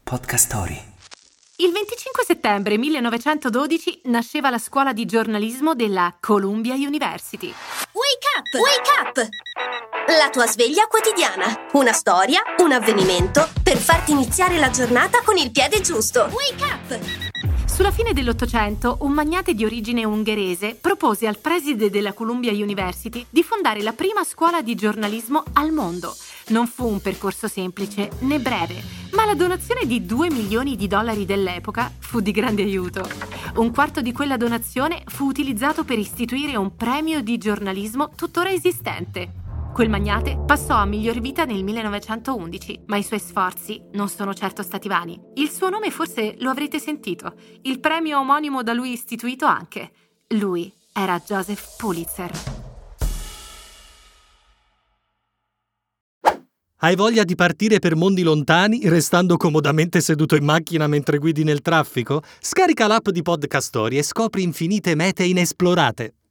Podcast Story. Il 25 settembre 1912 nasceva la scuola di giornalismo della Columbia University. Wake up! Wake up! La tua sveglia quotidiana. Una storia, un avvenimento per farti iniziare la giornata con il piede giusto. Wake up! Sulla fine dell'Ottocento, un magnate di origine ungherese propose al preside della Columbia University di fondare la prima scuola di giornalismo al mondo. Non fu un percorso semplice né breve, ma la donazione di $2 milioni dell'epoca fu di grande aiuto. Un quarto di quella donazione fu utilizzato per istituire un premio di giornalismo tuttora esistente. Quel magnate passò a miglior vita nel 1911, ma i suoi sforzi non sono certo stati vani. Il suo nome forse lo avrete sentito, il premio omonimo da lui istituito anche. Lui era Joseph Pulitzer. Hai voglia di partire per mondi lontani restando comodamente seduto in macchina mentre guidi nel traffico? Scarica l'app di Podcast Story e scopri infinite mete inesplorate.